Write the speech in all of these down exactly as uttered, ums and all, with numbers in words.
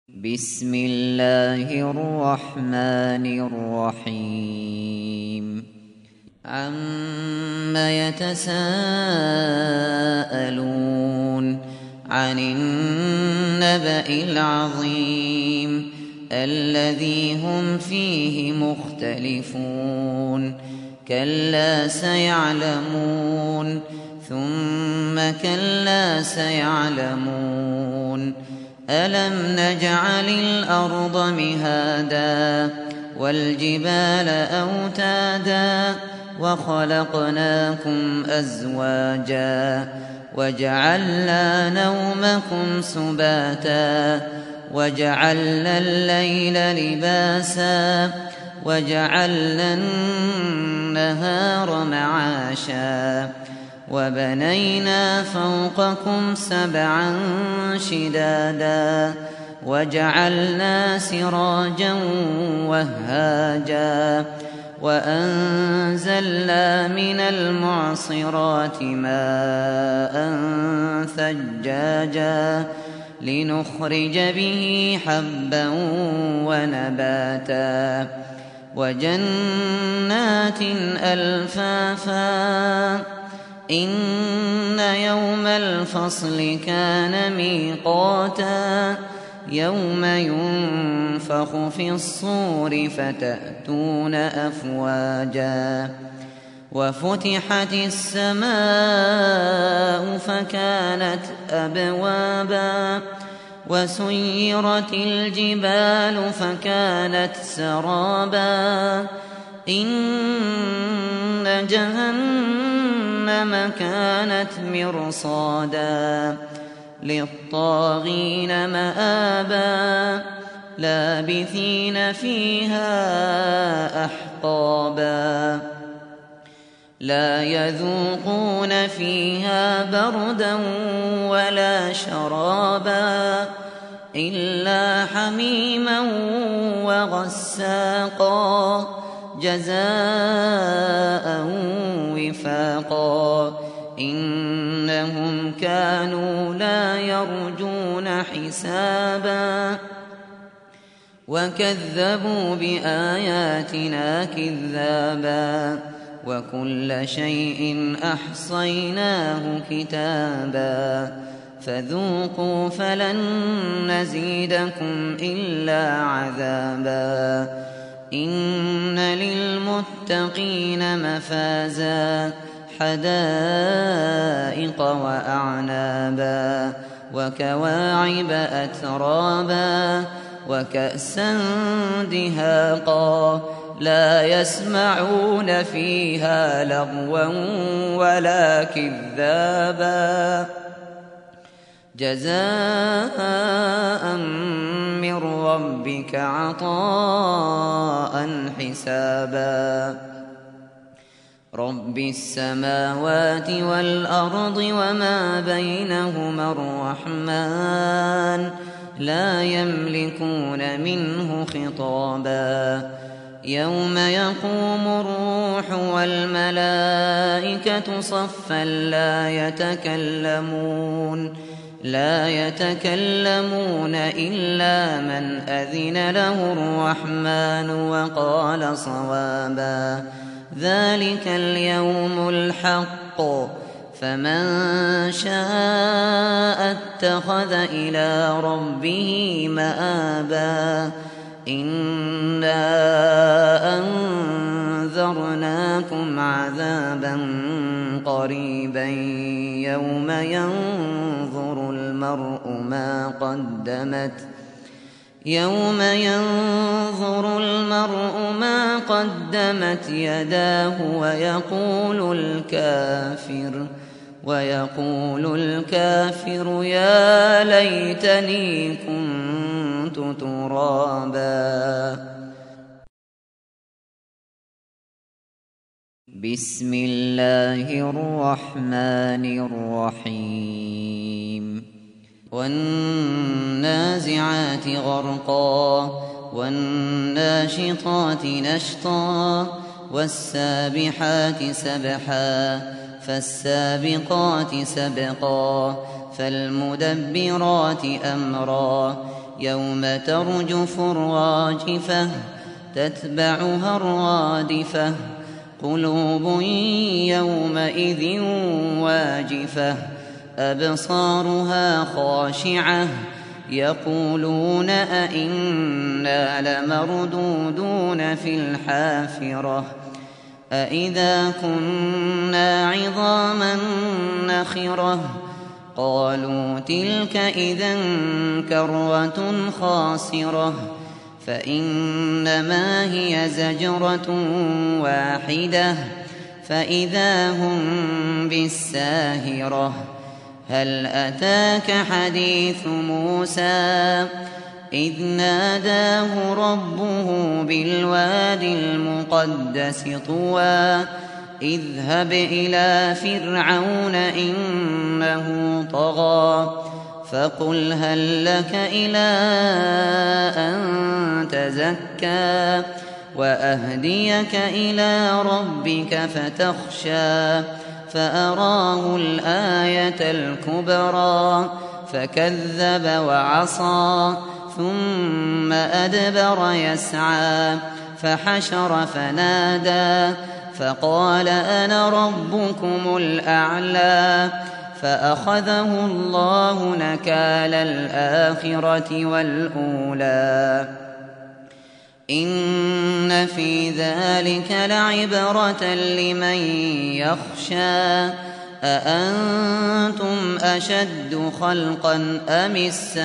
بسم الله الرحمن الرحيم عم يتساءلون عن النبأ العظيم الذي هم فيه مختلفون كلا سيعلمون ثم كلا سيعلمون ألم نجعل الأرض مهادا والجبال أوتادا وخلقناكم أزواجا وجعلنا نومكم سباتا وجعلنا الليل لباسا وجعلنا النهار معاشا وبنينا فوقكم سبعا شدادا وجعلنا سراجا وهاجا وأنزلنا من المعصرات ماء ثجاجا لنخرج به حبا ونباتا وجنات ألفافا إن يوم الفصل كان ميقاتا يوم ينفخ في الصور فتأتون أفواجا وفتحت السماء فكانت أبوابا وسيرت الجبال فكانت سرابا إن جهنم كانت مرصادا للطاغين مآبا لابثين فيها أحقابا لا يذوقون فيها بردا ولا شرابا إلا حميما وغساقا جزاء وفاقا إنهم كانوا لا يرجون حسابا وكذبوا بآياتنا كذابا وكل شيء أحصيناه كتابا فذوقوا فلن نزيدكم إلا عذابا إن للمتقين مفازا حدائق وأعنابا وكواعب أترابا وكأسا دهاقا لا يسمعون فيها لغوا ولا كذابا جزاء من ربك عطاء حسابا رب السماوات والأرض وما بينهما الرحمن لا يملكون منه خطابا يوم يقوم الروح والملائكة صفا لا يتكلمون لا يتكلمون إلا من أذن له الرحمن وقال صوابا ذلك اليوم الحق فمن شاء اتخذ إلى ربه مآبا إنا أنذرناكم عذابا قريبا يوم ينظر المرء ما قدمت يوم ينظر المرء ما قدمت يداه ويقول الكافر ويقول الكافر يا ليتني كنت ترابا بسم الله الرحمن الرحيم والنازعات غرقا والناشطات نشطا والسابحات سبحا فالسابقات سبقا فالمدبرات أمرا يوم ترجف الراجفة تتبعها الرادفة قلوب يومئذ واجفة أبصارها خاشعة يقولون أئنا لمردودون في الحافرة أئذا كنا عظاما نخرة قالوا تلك إذا كرة خاسرة فإنما هي زجرة واحدة فإذا هم بالساهرة هل أتاك حديث موسى إذ ناداه ربه بالوادي المقدس طوى اذهب إلى فرعون إنه طغى فقل هل لك إلى أن تزكى وأهديك إلى ربك فتخشى فأراه الآية الكبرى فكذب وعصى ثم أدبر يسعى فحشر فنادى فقال أنا ربكم الأعلى فأخذه الله نكال الآخرة والأولى إن في ذلك لعبرة لمن يخشى أأنتم أشد خلقا أم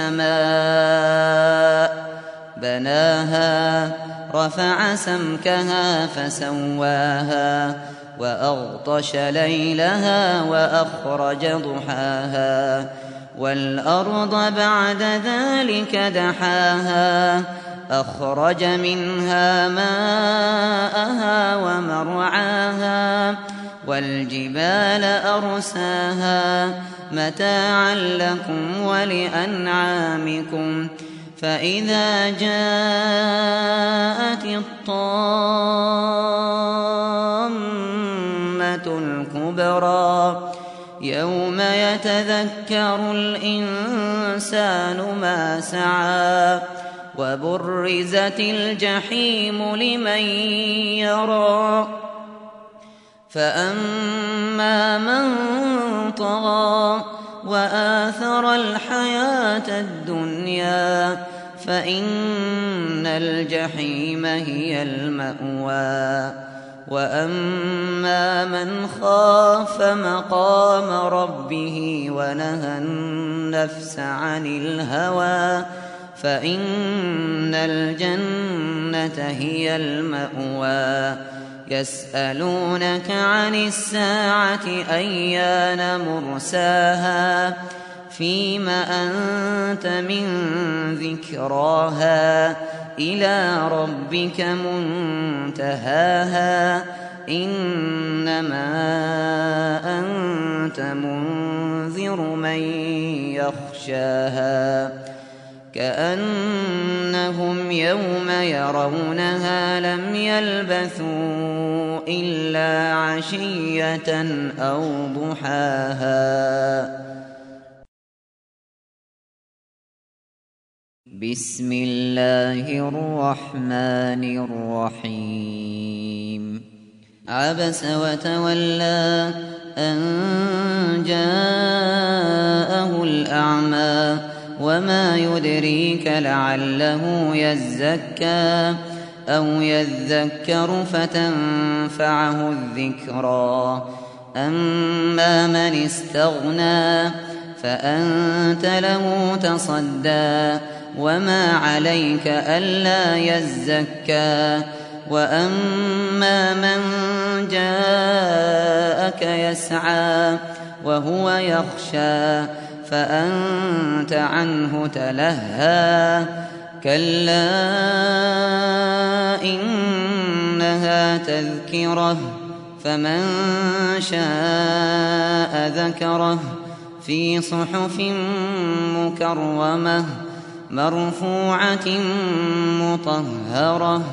السماء بناها رفع سمكها فسواها وأغطش ليلها وأخرج ضحاها والأرض بعد ذلك دحاها أخرج منها ماءها ومرعاها والجبال أرساها متاعا لكم ولأنعامكم فإذا جاءت الطامة الكبرى يوم يتذكر الإنسان ما سعى وبرزت الجحيم لمن يرى فأما من طغى وآثر الحياة الدنيا فإن الجحيم هي المأوى وأما من خاف مقام ربه ونهى النفس عن الهوى فإن الجنة هي المأوى يسألونك عن الساعة أيان مرساها فيم أنت من ذكراها إلى ربك منتهاها إنما أنت منذر من يخشاها كأنهم يوم يرونها لم يلبثوا إلا عشية أو ضحاها بسم الله الرحمن الرحيم عبس وتولى أن جاءه الأعمى وما يدريك لعله يزكى أو يذكر فتنفعه الذكرى أما من استغنى فأنت له تصدى وما عليك ألا يزكى وأما من جاءك يسعى وهو يخشى فأنت عنه تلهى كلا إنها تذكرة فمن شاء ذكره في صحف مكرمة مرفوعة مطهرة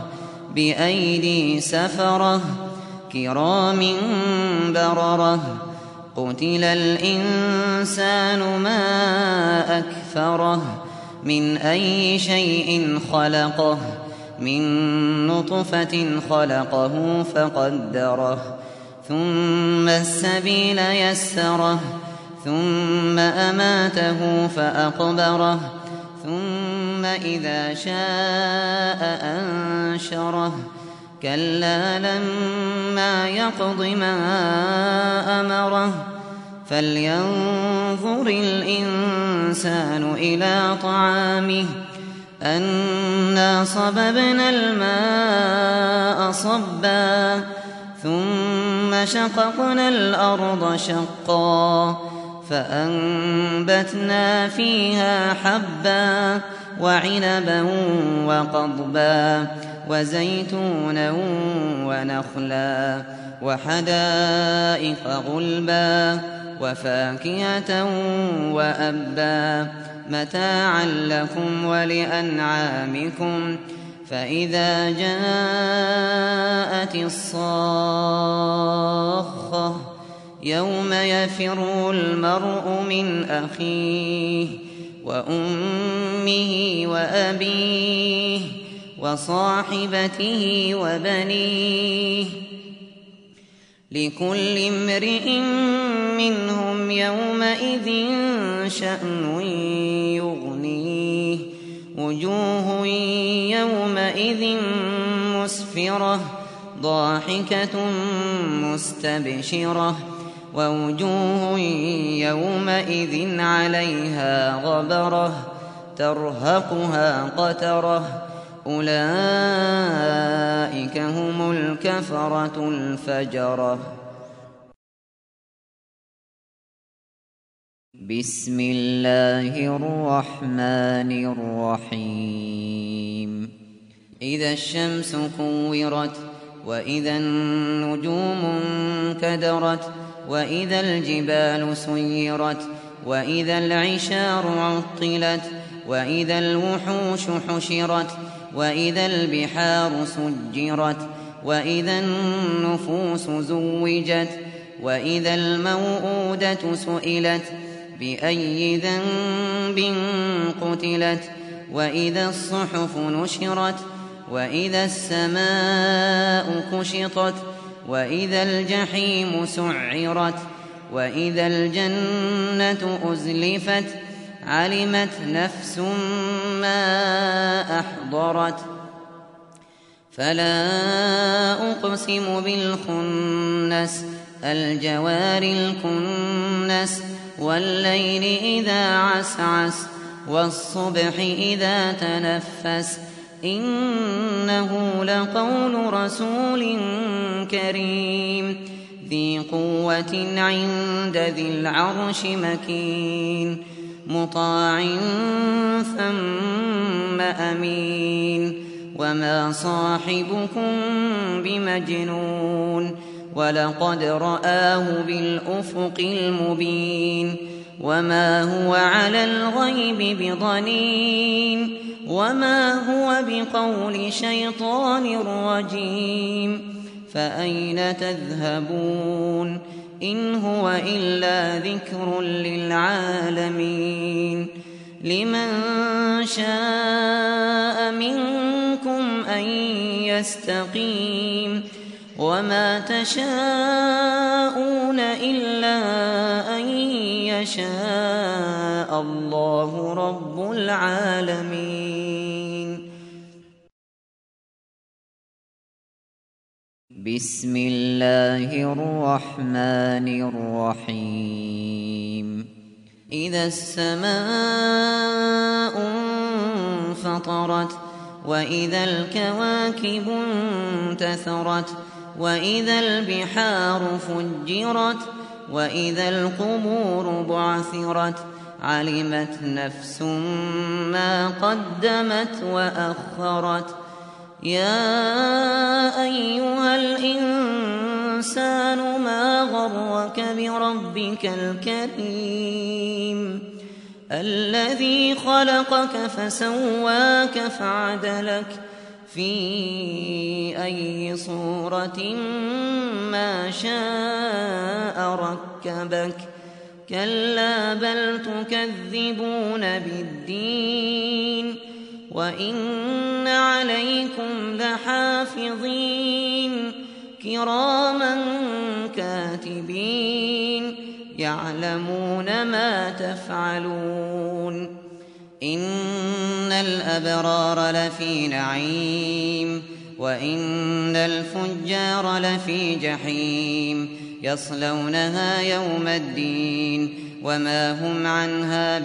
بأيدي سفرة كرام بررة قتل الإنسان ما أكفره من أي شيء خلقه من نطفة خلقه فقدره ثم السبيل يسره ثم أماته فأقبره ثم إذا شاء أنشره كلا لما يقض ما أمره فلينظر الإنسان إلى طعامه أنا صببنا الماء صبا ثم شققنا الأرض شقا فأنبتنا فيها حبا وعنبا وقضبا وزيتونا ونخلا وحدائق غلبا وفاكهة وأبا متاعا لكم ولأنعامكم فإذا جاءت الصاخة يوم يفر المرء من أخيه وأمه وأبيه وصاحبته وبنيه لكل امرئ منهم يومئذ شأن يغنيه وجوه يومئذ مسفرة ضاحكة مستبشرة ووجوه يومئذ عليها غبرة ترهقها قترة أولئك هم الكفرة الفجرة. بسم الله الرحمن الرحيم إذا الشمس كورت وإذا النجوم انكدرت وإذا الجبال سيرت وإذا العشار عطلت وإذا الوحوش حشرت وإذا البحار سجرت وإذا النفوس زوجت وإذا الموءودة سئلت بأي ذنب قتلت وإذا الصحف نشرت وإذا السماء كشطت وإذا الجحيم سعرت وإذا الجنة أزلفت علمت نفس ما أحضرت فلا أقسم بالخنس الجوار الكنس والليل إذا عسعس والصبح إذا تنفس إنه لقول رسول كريم ذي قوة عند ذي العرش مكين مطاع ثم أمين وما صاحبكم بمجنون ولقد رآه بالأفق المبين وما هو على الغيب بضنين وما هو بقول شيطان رجيم فأين تذهبون إن هو إلا ذكر للعالمين لمن شاء منكم أن يستقيم وما تشاءون إلا أن يشاء الله رب العالمين. بسم الله الرحمن الرحيم إذا السماء انفطرت وإذا الكواكب انتثرت وإذا البحار فجرت وإذا القبور بعثرت علمت نفس ما قدمت وأخرت يا أيها الإنسان ما غرك بربك الكريم الذي خلقك فسواك فعدلك في أي صورة ما شاء ركبك كلا بل تكذبون بالدين وإن عليكم لحافظين كراما كاتبين يعلمون ما تفعلون إن الأبرار لفي نعيم وإن الفجار لفي جحيم يصلونها يوم الدين وما هم عنها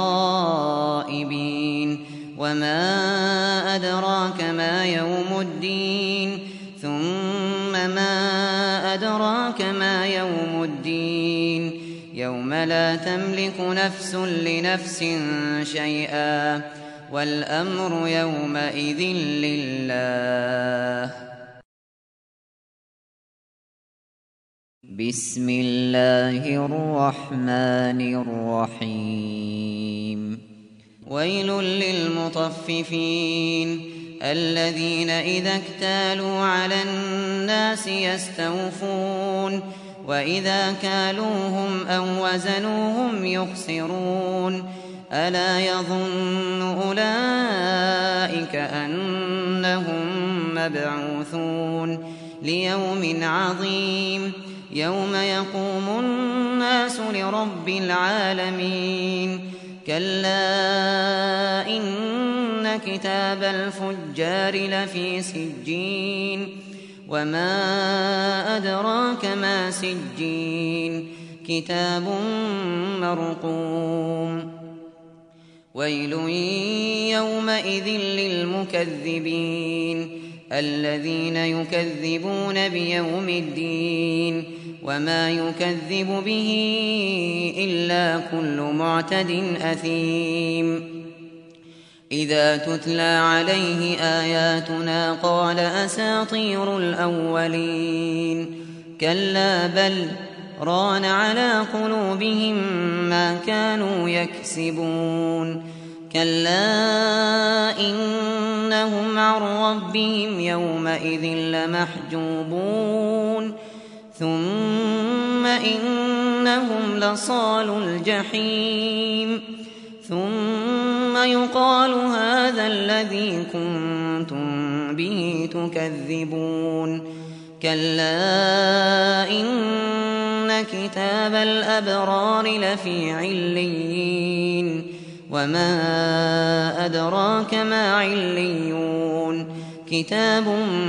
بغائبين وما أدراك ما يوم الدين ثم ما أدراك ما يوم الدين يوم لا تملك نفس لنفس شيئا والأمر يومئذ لله. بسم الله الرحمن الرحيم ويل للمطففين الذين إذا اكتالوا على الناس يستوفون وإذا كالوهم أو وزنوهم يخسرون ألا يظن أولئك أنهم مبعوثون ليوم عظيم يوم يقوم الناس لرب العالمين كلا إن كتاب الفجار لفي سجين وما أدراك ما سجين كتاب مرقوم ويل يومئذ للمكذبين الذين يكذبون بيوم الدين وما يكذب به إلا كل معتد أثيم إذا تتلى عليه آياتنا قال أساطير الأولين كلا بل ران على قلوبهم ما كانوا يكسبون كلا إنهم عن ربهم يومئذ لمحجوبون ثم إنهم لصالو الجحيم ثم يقال هذا الذي كنتم به تكذبون كلا إن كتاب الأبرار لفي عليين وما أدراك ما عليون كتاب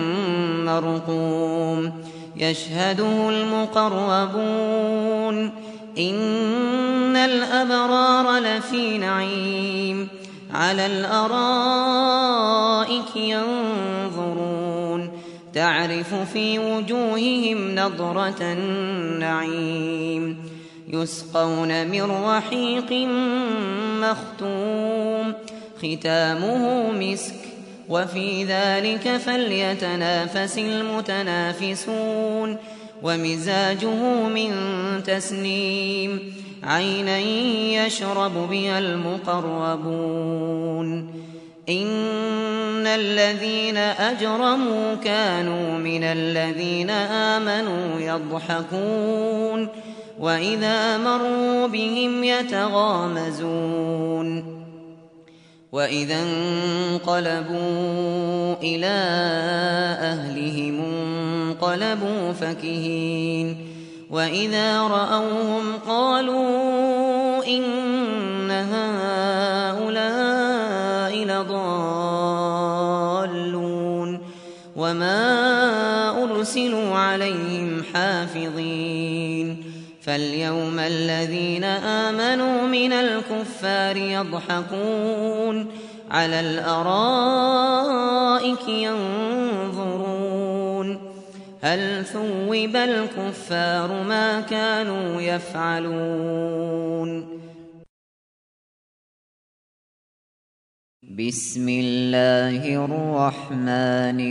مرقوم يشهده المقربون إن الأبرار لفي نعيم على الأرائك ينظرون تعرف في وجوههم نضرة النعيم يسقون من رحيق مختوم ختامه مسك وفي ذلك فليتنافس المتنافسون ومزاجه من تسنيم عينا يشرب بها المقربون إن الذين أجرموا كانوا من الذين آمنوا يضحكون وإذا مروا بهم يتغامزون وإذا انقلبوا إلى أهلهم انقلبوا فكهين وإذا رأوهم قالوا إن هؤلاء لضالون وما أرسلوا عليهم حافظين فاليوم الذين آمنوا من الكفار يضحكون على الأرائك ينظرون هل ثوب الكفار ما كانوا يفعلون. بسم الله الرحمن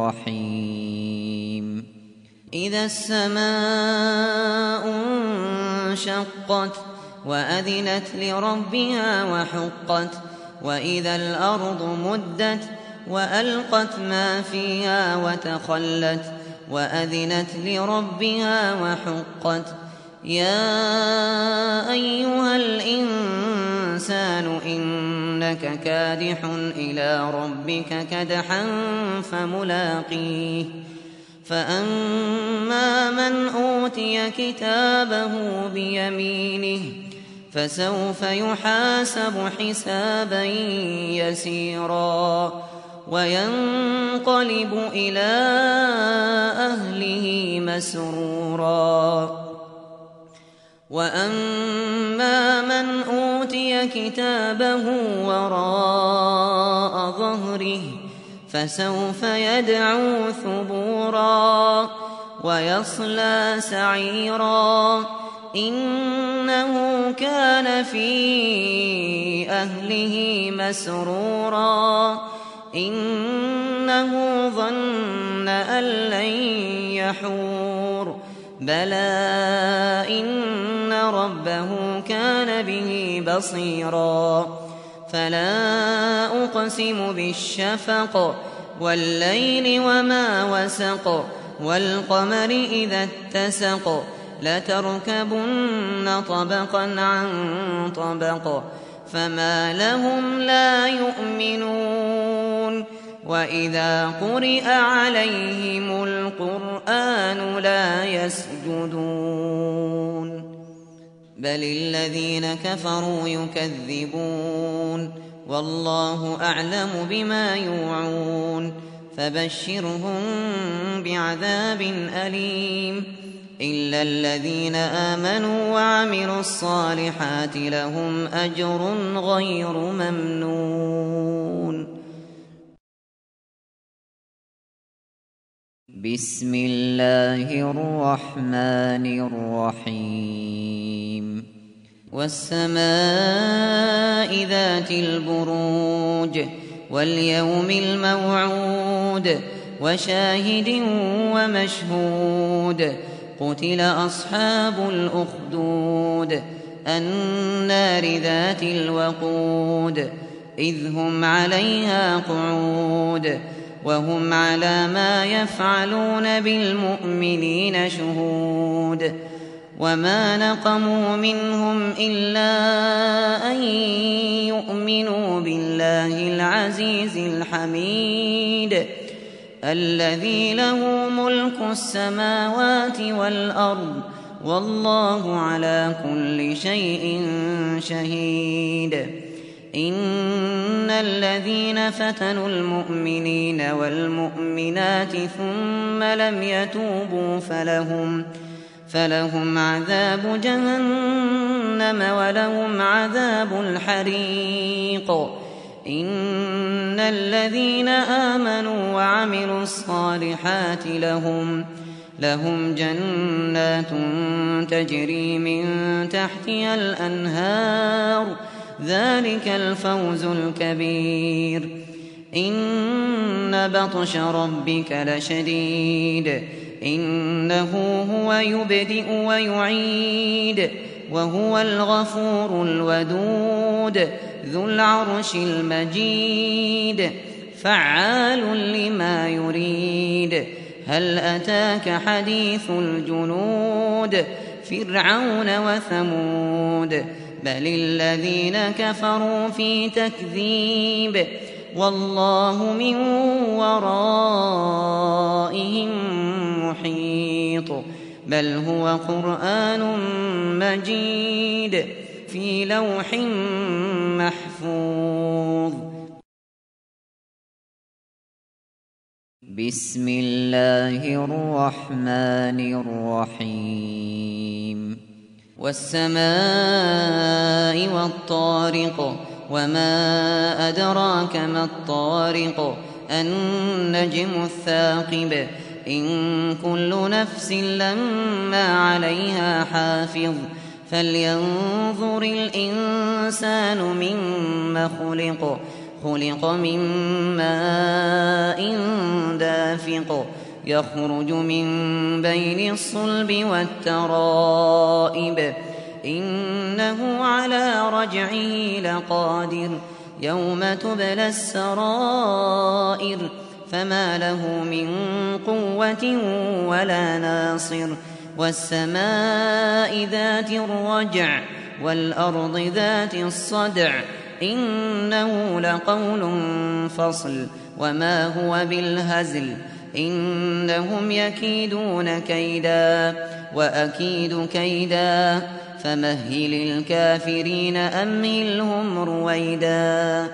الرحيم إذا السماء انشقت وأذنت لربها وحقت وإذا الأرض مدت وألقت ما فيها وتخلت وأذنت لربها وحقت يا أيها الإنسان إنك كادح إلى ربك كدحا فملاقيه فأما من أوتي كتابه بيمينه فسوف يحاسب حسابا يسيرا وينقلب إلى أهله مسرورا وأما من أوتي كتابه وراء ظهره فسوف يدعو ثبورا ويصلى سعيرا إنه كان في أهله مسرورا إنه ظن أن لن يحور بلى إن ربه كان به بصيرا فلا أقسم بالشفق والليل وما وسق والقمر إذا اتسق لتركبن طبقا عن طبق فما لهم لا يؤمنون وإذا قرئ عليهم القرآن لا يسجدون بل الذين كفروا يكذبون والله أعلم بما يوعون فبشرهم بعذاب أليم إلا الذين آمنوا وعملوا الصالحات لهم أجر غير ممنون بسم الله الرحمن الرحيم والسماء ذات البروج واليوم الموعود وشاهد ومشهود قتل أصحاب الأخدود النار ذات الوقود إذ هم عليها قعود وهم على ما يفعلون بالمؤمنين شهود وما نقموا منهم إلا أن يؤمنوا بالله العزيز الحميد الذي له ملك السماوات والأرض والله على كل شيء شهيد إن الذين فتنوا المؤمنين والمؤمنات ثم لم يتوبوا فلهم فلهم عذاب جهنم ولهم عذاب الحريق إن الذين آمنوا وعملوا الصالحات لهم لهم جنات تجري من تحتها الأنهار ذلك الفوز الكبير إن بطش ربك لشديد إنه هو يبدئ ويعيد وهو الغفور الودود ذو العرش المجيد فعال لما يريد هل أتاك حديث الجنود فرعون وثمود بل الذين كفروا في تكذيب والله من ورائهم محيط بل هو قرآن مجيد في لوح محفوظ بسم الله الرحمن الرحيم والسماء والطارق وما أدراك ما الطارق النجم الثاقب إن كل نفس لما عليها حافظ فلينظر الإنسان مما خلق خلق من ماء دافق يخرج من بين الصلب والترائب إنه على رجعه لقادر يوم تبلى السرائر فما له من قوة ولا ناصر والسماء ذات الرجع والأرض ذات الصدع إنه لقول فصل وما هو بالهزل إنهم يكيدون كيدا وأكيد كيدا فمهل الكافرين أمهلهم رويدا.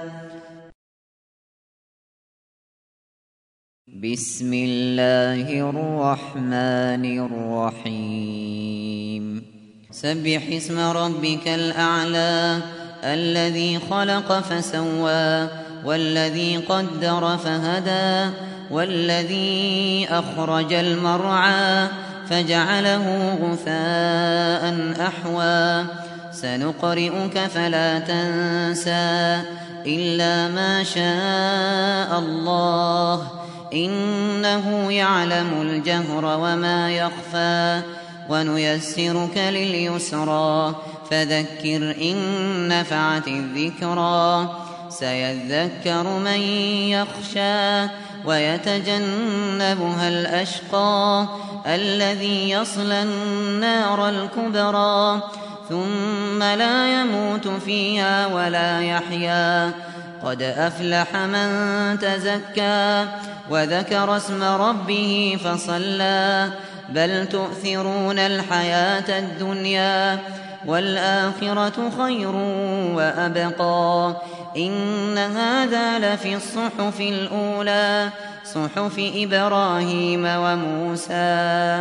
بسم الله الرحمن الرحيم سبح اسم ربك الأعلى الذي خلق فسوى والذي قدر فهدى والذي أخرج المرعى فجعله غثاء أحوى سنقرئك فلا تنسى إلا ما شاء الله إنه يعلم الجهر وما يخفى ونيسرك لليسرى فذكر إن نفعت الذكرى سيذكر من يخشى ويتجنبها الأشقى الذي يصلى النار الكبرى ثم لا يموت فيها ولا يحيا قد أفلح من تزكى وذكر اسم ربه فصلى بل تؤثرون الحياة الدنيا والآخرة خير وأبقى إن هذا لفي الصحف الأولى صحف إبراهيم وموسى.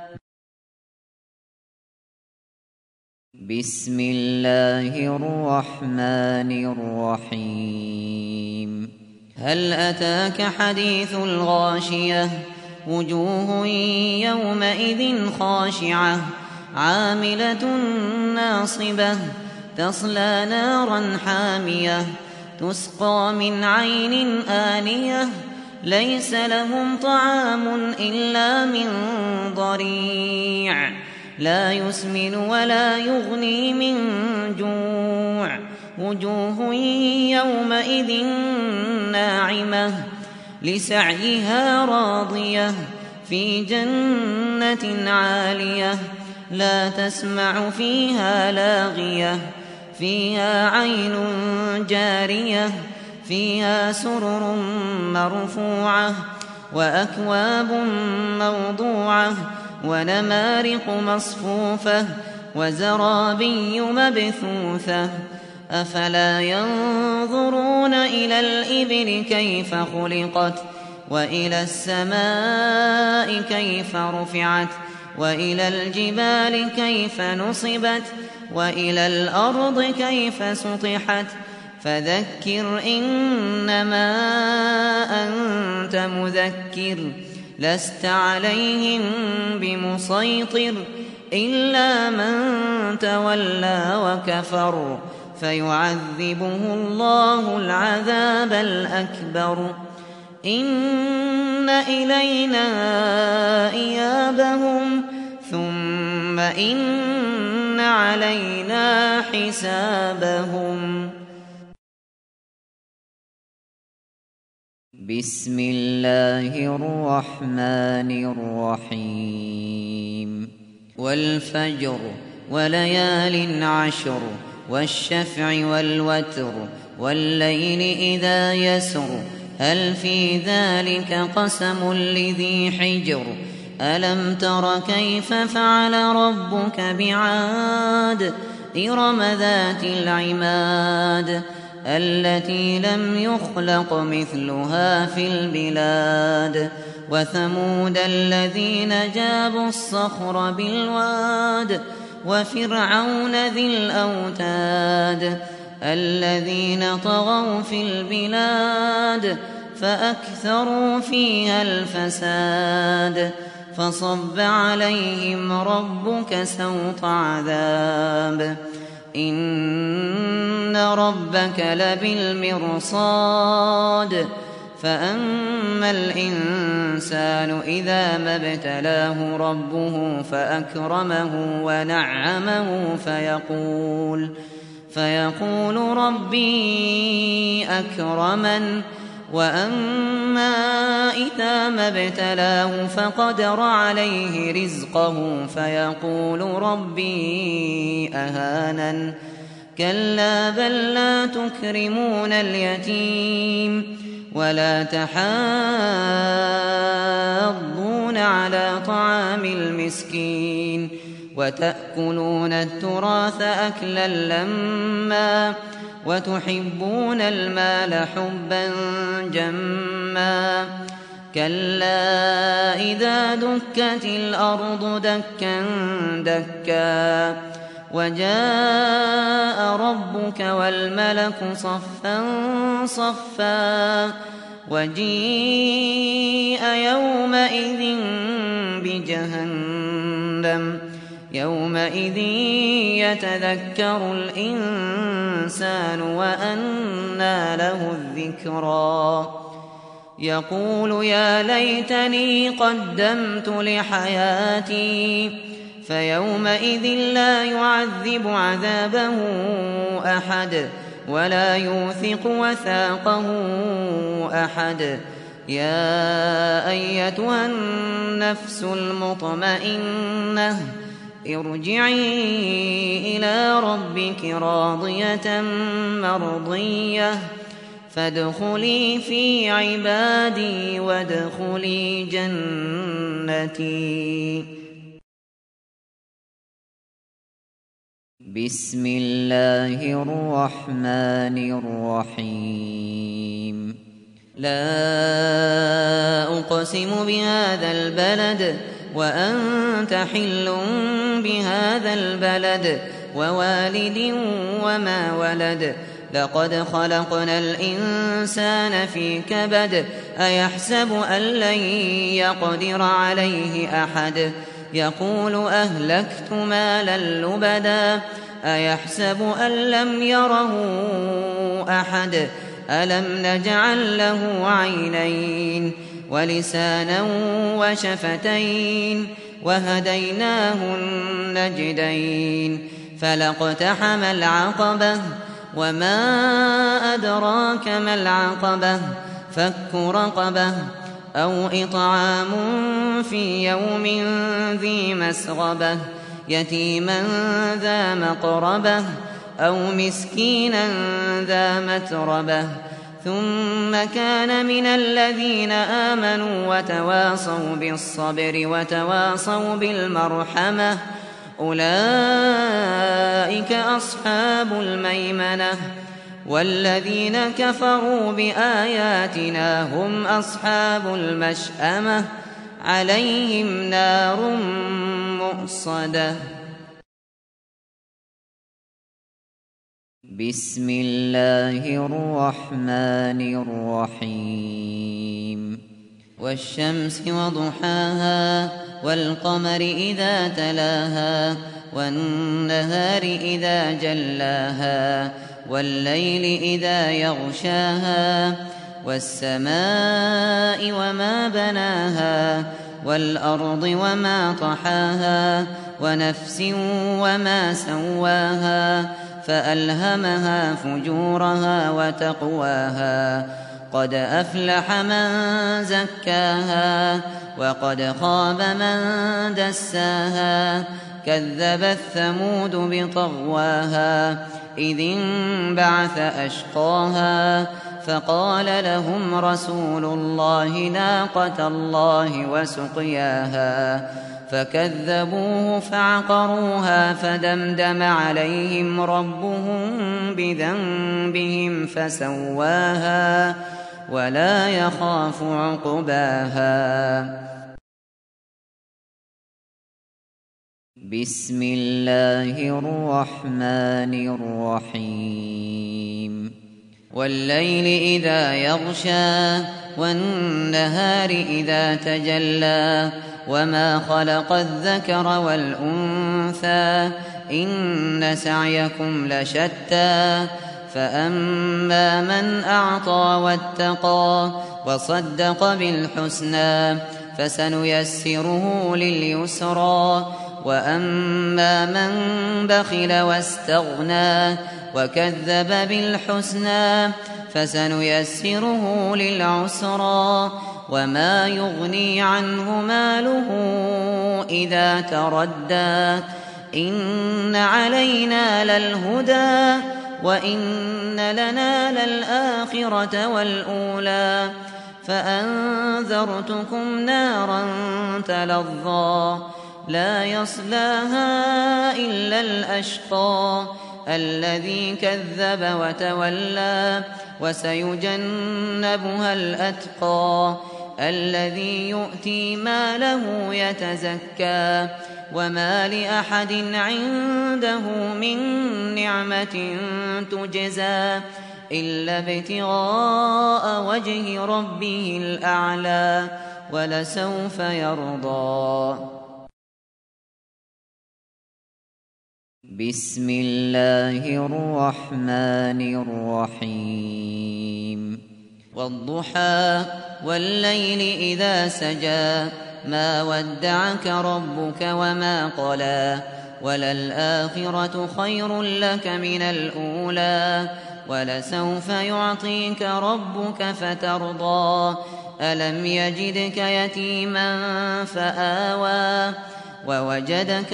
بسم الله الرحمن الرحيم هل أتاك حديث الغاشية وجوه يومئذ خاشعة عاملة ناصبة تصلى نارا حامية تسقى من عين آنية ليس لهم طعام إلا من ضريع لا يسمن ولا يغني من جوع وجوه يومئذ ناعمة لسعيها راضية في جنة عالية لا تسمع فيها لاغية فيها عين جارية فيها سرر مرفوعة وأكواب موضوعة ونمارق مصفوفة وزرابي مبثوثة أفلا ينظرون إلى الإبل كيف خلقت وإلى السماء كيف رفعت وإلى الجبال كيف نصبت وإلى الأرض كيف سطحت فذكر إنما أنت مذكر لست عليهم بمسيطر إلا من تولى وكفر فيعذبه الله العذاب الأكبر إن إلينا إيابهم ثم إن علينا حسابهم. بسم الله الرحمن الرحيم والفجر وليال عشر والشفع والوتر والليل إذا يسر هل في ذلك قسم لذي حجر ألم تر كيف فعل ربك بعاد إرم ذات العماد التي لم يخلق مثلها في البلاد وثمود الذين جابوا الصخر بالواد وفرعون ذي الأوتاد الذين طغوا في البلاد فأكثروا فيها الفساد فصب عليهم ربك سوط عذاب إن ربك لبالمرصاد فأما الإنسان إذا ما ابتلاه ربه فأكرمه ونعمه فيقول فيقول ربي أكرمن وأما إذا ما ابتلاه فقدر عليه رزقه فيقول ربي أهانن كلا بل لا تكرمون اليتيم ولا تحاضون على طعام المسكين وتأكلون التراث أكلا لما وتحبون المال حبا جما كلا إذا دكت الأرض دكا دكا وجاء ربك والملك صفا صفا وجيء يومئذ بجهنم يومئذ يتذكر الإنسان وأنى له الذكرى يقول يا ليتني قدمت لحياتي فيومئذ لا يعذب عذابه أحد ولا يوثق وثاقه أحد يا أيتها النفس المطمئنة ارجعي إلى ربك راضية مرضية فادخلي في عبادي وادخلي جنتي. بسم الله الرحمن الرحيم. لا أقسم بهذا البلد وأنت حل بهذا البلد ووالد وما ولد لقد خلقنا الإنسان في كبد أيحسب أن لن يقدر عليه أحد يقول أهلكت مالا لبدا أيحسب أن لم يره أحد ألم نجعل له عينين ولسانا وشفتين وهديناه النجدين فلاقتحم العقبة وما أدراك ما العقبة فك رقبة أو إطعام في يوم ذي مسغبة يتيما ذا مقربة أو مسكينا ذا متربة ثم كان من الذين آمنوا وتواصوا بالصبر وتواصوا بالمرحمة أولئك أصحاب الميمنة والذين كفروا بآياتنا هم أصحاب المشأمة عليهم نار مؤصدة. بسم الله الرحمن الرحيم. والشمس وضحاها والقمر إذا تلاها والنهار إذا جلاها والليل إذا يغشاها والسماء وما بناها والأرض وما طحاها ونفس وما سواها فألهمها فجورها وتقواها قد أفلح من زكاها وقد خاب من دساها كذبت ثمود بطغواها إذ انبعث أشقاها فقال لهم رسول الله ناقة الله وسقياها فكذبوه فعقروها فدمدم عليهم ربهم بذنبهم فسواها ولا يخاف عقباها. بسم الله الرحمن الرحيم. والليل إذا يغشى والنهار إذا تجلى وما خلق الذكر والأنثى إن سعيكم لشتى فأما من أعطى واتقى وصدق بالحسنى فسنيسره لليسرى وأما من بخل واستغنى وكذب بالحسنى فسنيسره للعسرى وما يغني عنه ماله إذا تردى إن علينا للهدى وإن لنا للآخرة والأولى فأنذرتكم نارا تلظى لا يصلاها إلا الأشقى الذي كذب وتولى وسيجنبها الأتقى الذي يؤتي ماله يتزكى وما لأحد عنده من نعمة تجزى إلا ابتغاء وجه ربه الأعلى ولسوف يرضى. بسم الله الرحمن الرحيم والضحى والليل إذا سجى ما ودعك ربك وما قلى وللآخرة خير لك من الأولى ولسوف يعطيك ربك فترضى ألم يجدك يتيما فآوى ووجدك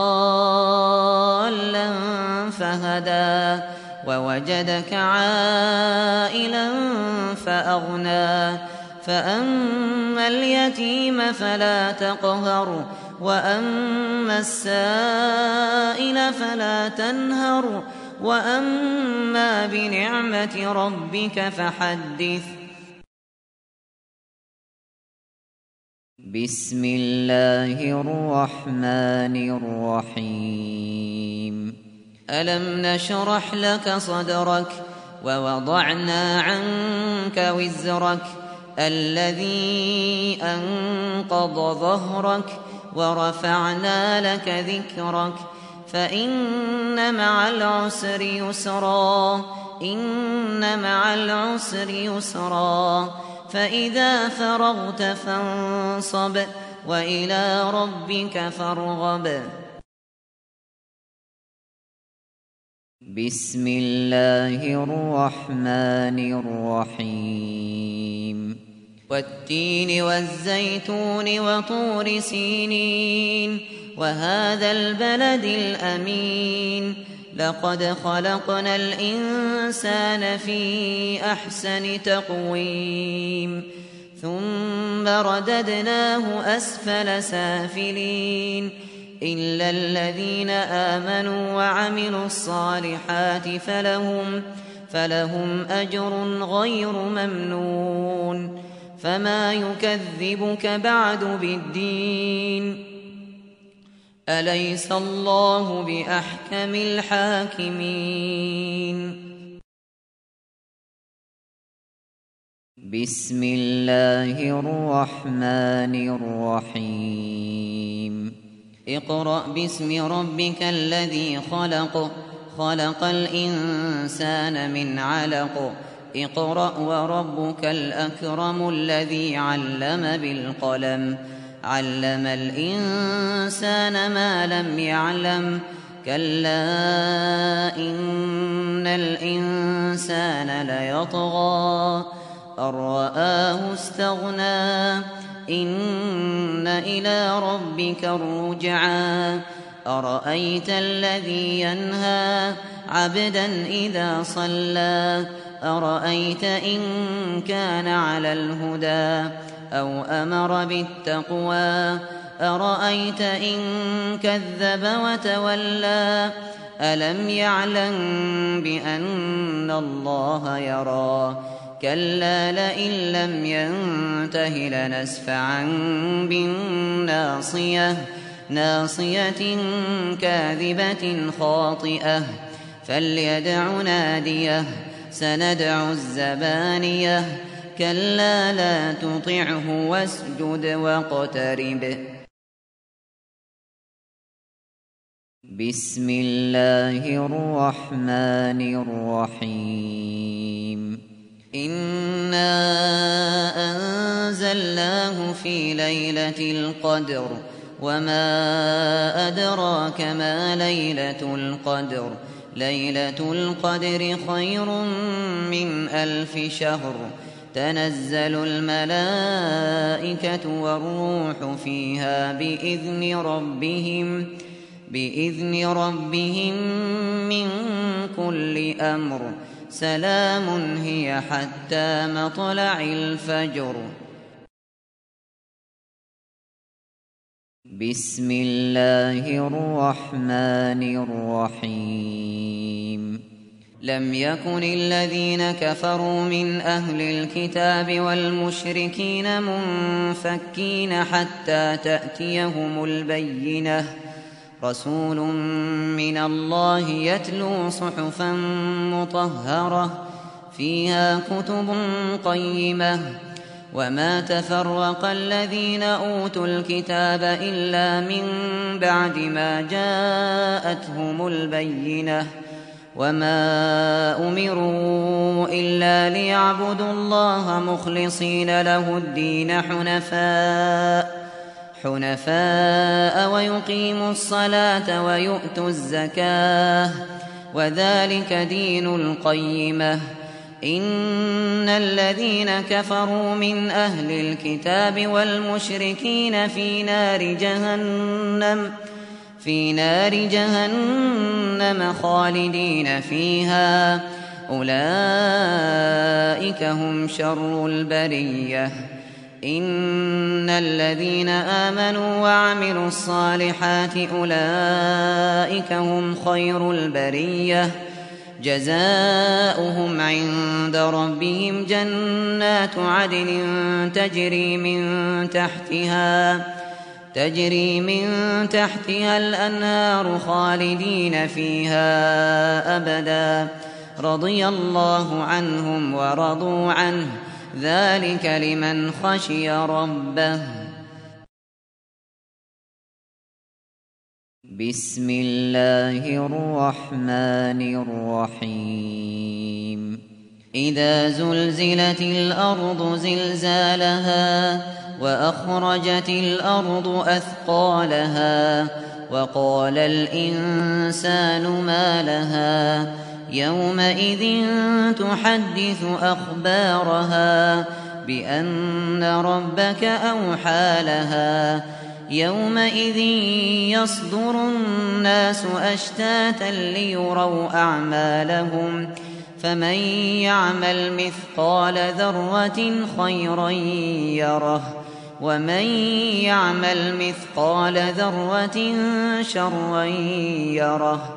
ضالا فهدى ووجدك عائلا فأغنى فأما اليتيم فلا تقهر وأما السائل فلا تنهر وأما بنعمة ربك فحدث. بسم الله الرحمن الرحيم ألم نشرح لك صدرك ووضعنا عنك وزرك الذي أنقض ظهرك ورفعنا لك ذكرك فإن مع العسر يسرا إن مع العسر يسرا فإذا فرغت فانصب وإلى ربك فارغب. بسم الله الرحمن الرحيم والتين والزيتون وطور سينين وهذا البلد الأمين لقد خلقنا الإنسان في أحسن تقويم ثم رددناه أسفل سافلين إلا الذين آمنوا وعملوا الصالحات فلهم, فلهم أجر غير ممنون فما يكذبك بعد بالدين أليس الله بأحكم الحاكمين. بسم الله الرحمن الرحيم اقرأ باسم ربك الذي خلق خلق الإنسان من علق اقرأ وربك الأكرم الذي علم بالقلم علم الإنسان ما لم يعلم كلا إن الإنسان ليطغى أن رآه استغنى إن إلى ربك الرجعى أرأيت الذي ينهى عبدا إذا صلى أرأيت إن كان على الهدى أو أمر بالتقوى أرأيت إن كذب وتولى ألم يعلم بأن الله يرى كلا لئن لم ينته لنسفعا بالناصية ناصية كاذبة خاطئة فليدع ناديه سندع الزبانية كلا لا تطعه واسجد واقترب. بسم الله الرحمن الرحيم إنا أنزلناه في ليلة القدر وما أدراك ما ليلة القدر ليلة القدر خير من ألف شهر تنزل الملائكة والروح فيها بإذن ربهم بإذن ربهم من كل أمر سلام هي حتى مطلع الفجر. بسم الله الرحمن الرحيم. لم يكن الذين كفروا من أهل الكتاب والمشركين منفكين حتى تأتيهم البينة رسول من الله يتلو صحفا مطهرة فيها كتب قيمة وما تفرق الذين أوتوا الكتاب إلا من بعد ما جاءتهم البينة وما أمروا إلا ليعبدوا الله مخلصين له الدين حنفاء حنفاء ويقيموا الصلاة ويؤتوا الزكاة وذلك دين القيمة. إن الذين كفروا من أهل الكتاب والمشركين في نار جهنم في نار جهنم خالدين فيها أولئك هم شر البرية. إن الذين آمنوا وعملوا الصالحات أولئك هم خير البرية جزاؤهم عند ربهم جنات عدن تجري من تحتها تجري من تحتها الأنهار خالدين فيها أبدا رضي الله عنهم ورضوا عنه ذلك لمن خشي ربه. بسم الله الرحمن الرحيم. إذا زلزلت الأرض زلزالها وأخرجت الأرض أثقالها وقال الإنسان ما لها يومئذ تحدث أخبارها بأن ربك أوحى لها يومئذ يصدر الناس أشتاتا ليروا أعمالهم فمن يعمل مثقال ذرة خيرا يره ومن يعمل مثقال ذرة شرا يره.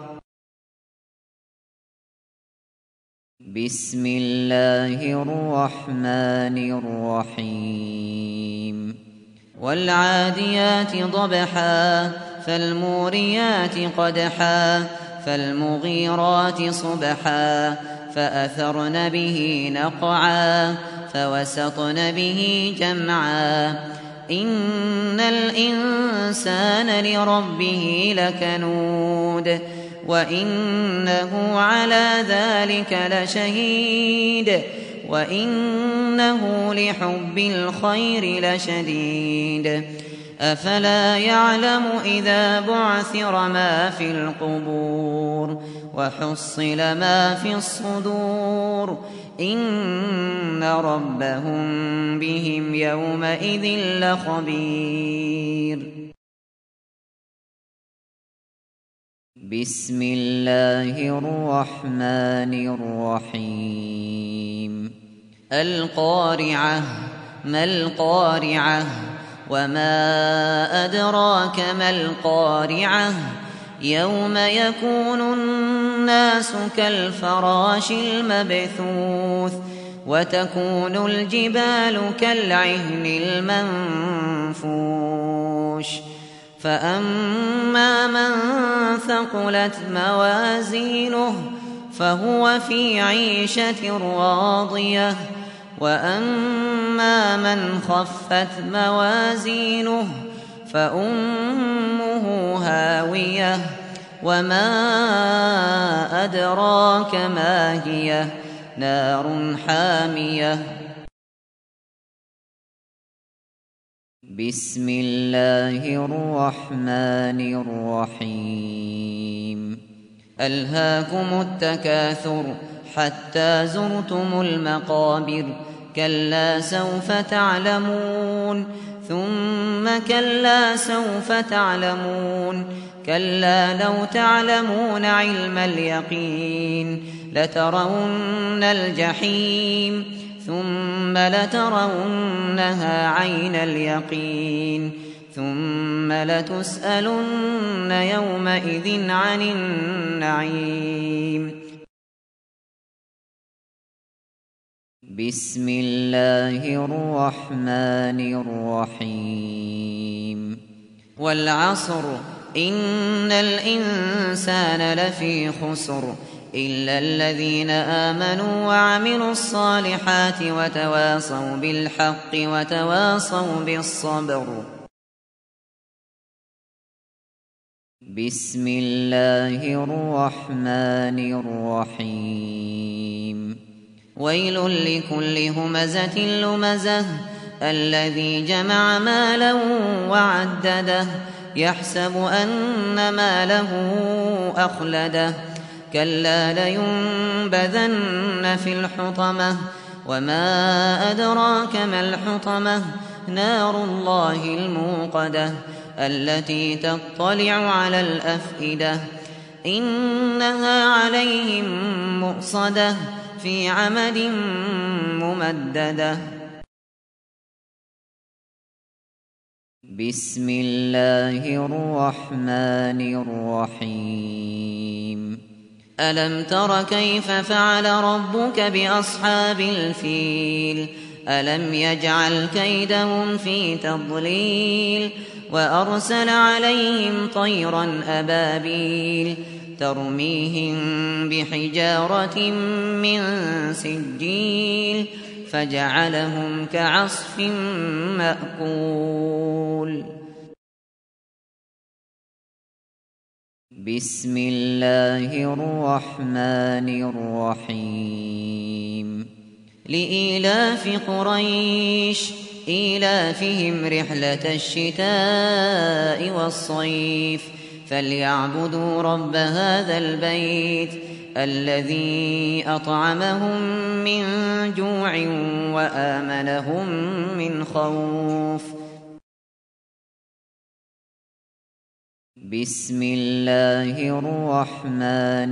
بسم الله الرحمن الرحيم. والعاديات ضبحا فالموريات قدحا فالمغيرات صبحا فأثرن به نقعا فوسطن به جمعا. إن الإنسان لربه لكنود وإنه على ذلك لشهيد وإنه لحب الخير لشديد. أفلا يعلم إذا بعثر ما في القبور وحصل ما في الصدور إن ربهم بهم يومئذ لخبير. بسم الله الرحمن الرحيم. القارعة ما القارعة وما أدراك ما القارعة يوم يكون الناس كالفراش المبثوث وتكون الجبال كالعهن المنفوش. فأما من ثقلت موازينه فهو في عيشة راضية وأما من خفت موازينه فأمه هاوية وما أدراك ما هي نار حامية. بسم الله الرحمن الرحيم. ألهاكم التكاثر حتى زرتم المقابر كلا سوف تعلمون ثم كلا سوف تعلمون كلا لو تعلمون علم اليقين لترون الجحيم ثم لترونها عين اليقين ثم لتسألن يومئذ عن النعيم. بسم الله الرحمن الرحيم. والعصر إن الإنسان لفي خسر إلا الذين آمنوا وعملوا الصالحات وتواصوا بالحق وتواصوا بالصبر. بسم الله الرحمن الرحيم. ويل لكل همزة لمزة الذي جمع مالا وعدده يحسب أن ماله أخلده كلا لينبذن في الحطمة وما أدراك ما الحطمة نار الله الموقدة التي تطلع على الأفئدة إنها عليهم مؤصدة في عمد ممددة. بسم الله الرحمن الرحيم. ألم تر كيف فعل ربك بأصحاب الفيل ألم يجعل كيدهم في تضليل وأرسل عليهم طيرا أبابيل ترميهم بحجارة من سجيل فجعلهم كعصف مأكول. بسم الله الرحمن الرحيم. لإيلاف قريش إيلافهم رحلة الشتاء والصيف فليعبدوا رب هذا البيت الذي أطعمهم من جوع وآمنهم من خوف. بسم الله الرحمن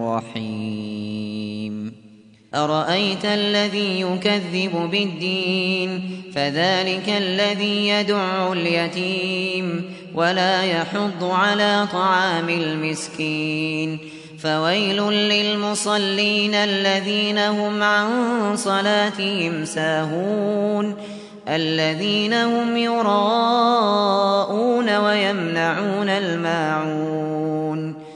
الرحيم. أرأيت الذي يكذب بالدين فذلك الذي يدع اليتيم ولا يحض على طعام المسكين فويل للمصلين الذين هم عن صلاتهم ساهون الذين هم يراءون ويمنعون الماعون.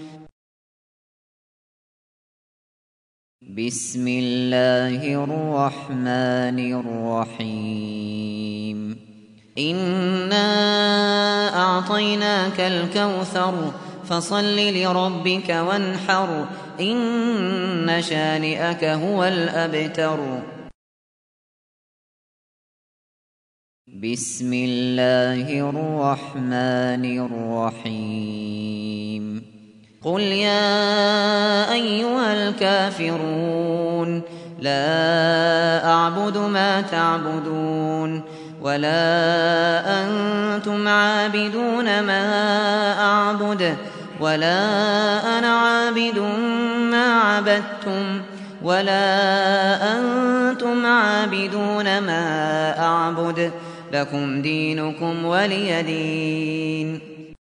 بسم الله الرحمن الرحيم. إنا أعطيناك الكوثر فصل لربك وانحر إن شانئك هو الأبتر. بسم الله الرحمن الرحيم. قل يا أيها الكافرون لا أعبد ما تعبدون ولا أنتم عابدون ما أعبد ولا أنا عابد ما عبدتم ولا أنتم عابدون ما أعبد لكم دينكم ولي دين.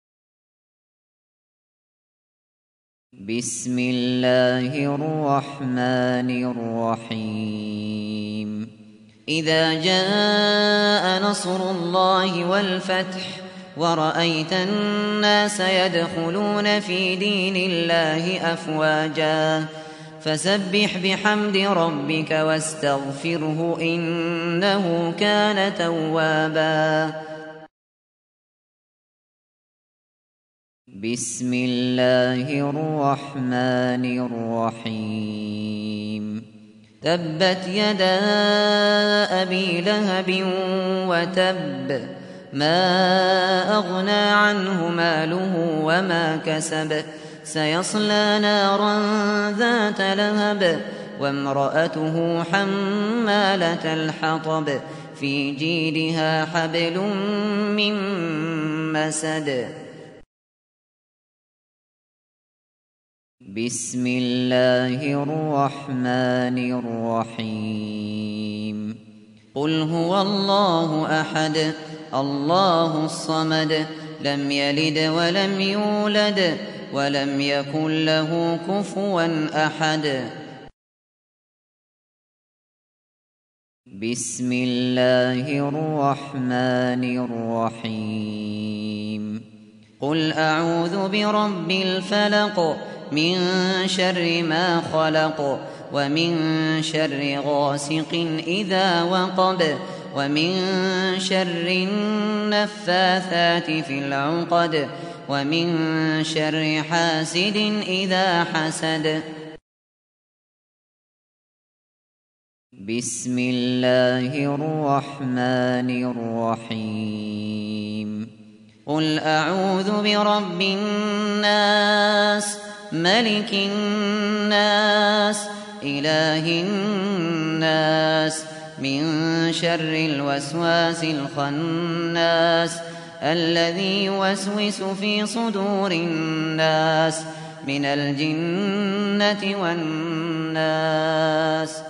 بسم الله الرحمن الرحيم. إذا جاء نصر الله والفتح ورأيت الناس يدخلون في دين الله أفواجا فسبح بحمد ربك واستغفره إنه كان توابا. بسم الله الرحمن الرحيم. تبت يدا أبي لهب وتب ما أغنى عنه ماله وما كسب سيصلى نارا ذات لهب وامرأته حمالة الحطب في جيدها حبل من مسد. بسم الله الرحمن الرحيم. قل هو الله أحد الله الصمد لم يلد ولم يولد ولم يكن له كفوا أحد. بسم الله الرحمن الرحيم. قل أعوذ برب الفلق من شر ما خلق ومن شر غاسق إذا وقب ومن شر النفاثات في العقد ومن شر حاسد إذا حسد. بسم الله الرحمن الرحيم. قل أعوذ برب الناس ملك الناس إله الناس من شر الوسواس الخناس الذي يوسوس في صدور الناس من الجنة والناس.